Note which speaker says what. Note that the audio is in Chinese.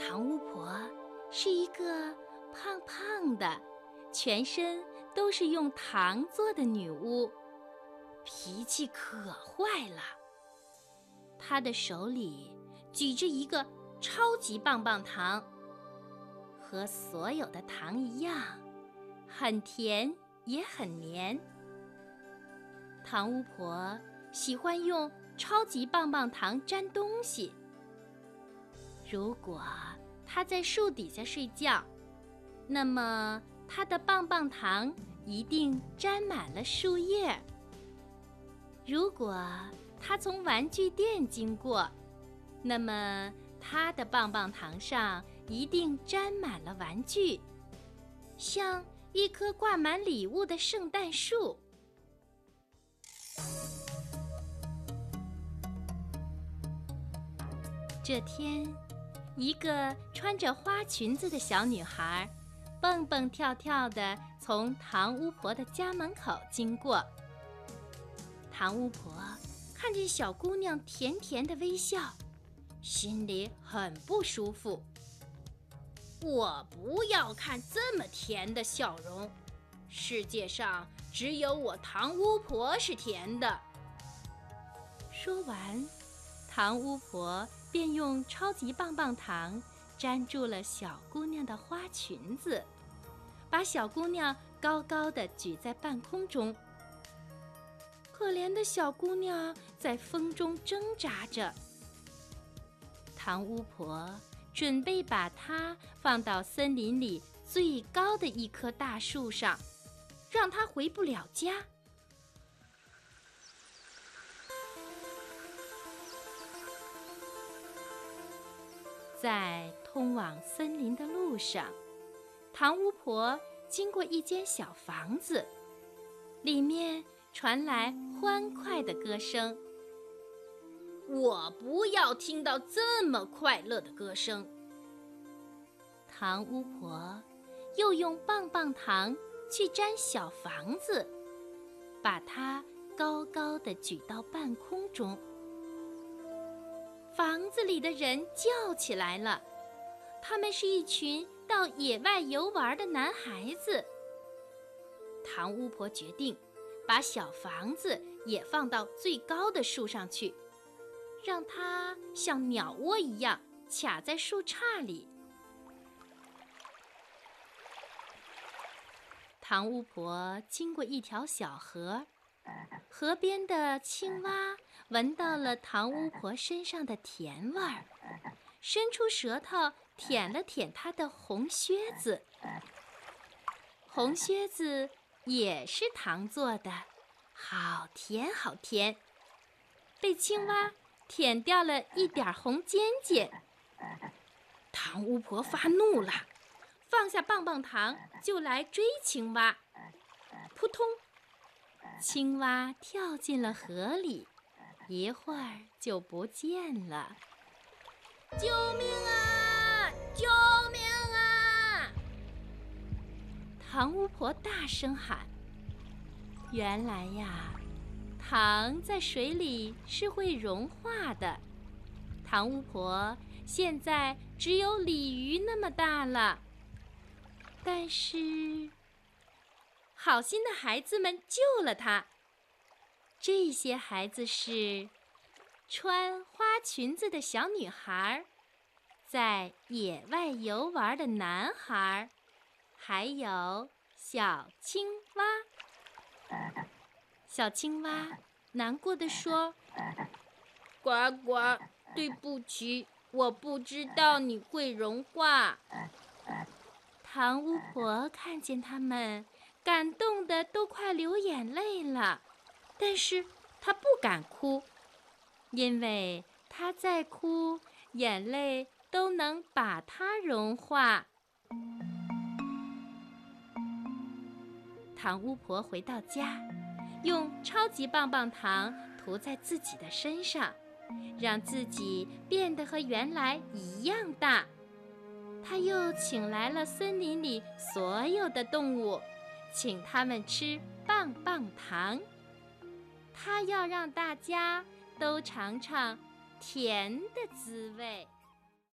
Speaker 1: 唐巫婆是一个胖胖的，全身都是用糖做的女巫，脾气可坏了。她的手里举着一个超级棒棒糖，和所有的糖一样，很甜也很黏。唐巫婆喜欢用超级棒棒糖粘东西。如果她在树底下睡觉，那么她的棒棒糖一定沾满了树叶。如果她从玩具店经过，那么她的棒棒糖上一定沾满了玩具，像一棵挂满礼物的圣诞树。这天，一个穿着花裙子的小女孩蹦蹦跳跳地从唐巫婆的家门口经过。唐巫婆看见小姑娘甜甜的微笑，心里很不舒服。我不要看这么甜的笑容，世界上只有我唐巫婆是甜的。说完，唐巫婆便用超级棒棒糖粘住了小姑娘的花裙子，把小姑娘高高地举在半空中。可怜的小姑娘在风中挣扎着。唐巫婆准备把她放到森林里最高的一棵大树上，让她回不了家。在通往森林的路上，唐巫婆经过一间小房子，里面传来欢快的歌声。我不要听到这么快乐的歌声。唐巫婆又用棒棒糖去粘小房子，把它高高地举到半空中。房子里的人叫起来了，他们是一群到野外游玩的男孩子。唐巫婆决定把小房子也放到最高的树上去，让它像鸟窝一样卡在树杈里。唐巫婆经过一条小河，河边的青蛙闻到了唐巫婆身上的甜味儿，伸出舌头舔了舔她的红靴子。红靴子也是糖做的，好甜好甜，被青蛙舔掉了一点红尖尖。唐巫婆发怒了，放下棒棒糖就来追青蛙。扑通，青蛙跳进了河里，一会儿就不见了。救命啊！救命啊！唐巫婆大声喊。原来呀，糖在水里是会融化的。唐巫婆现在只有鲤鱼那么大了。但是，好心的孩子们救了她。这些孩子是穿花裙子的小女孩，在野外游玩的男孩，还有小青蛙。小青蛙难过地说：呱呱，对不起，我不知道你会融化。唐巫婆看见他们，感动得都快流眼泪了，但是她不敢哭，因为她再哭，眼泪都能把它融化。唐巫婆回到家，用超级棒棒糖涂在自己的身上，让自己变得和原来一样大。她又请来了森林里所有的动物，请他们吃棒棒糖。她要让大家都尝尝甜的滋味。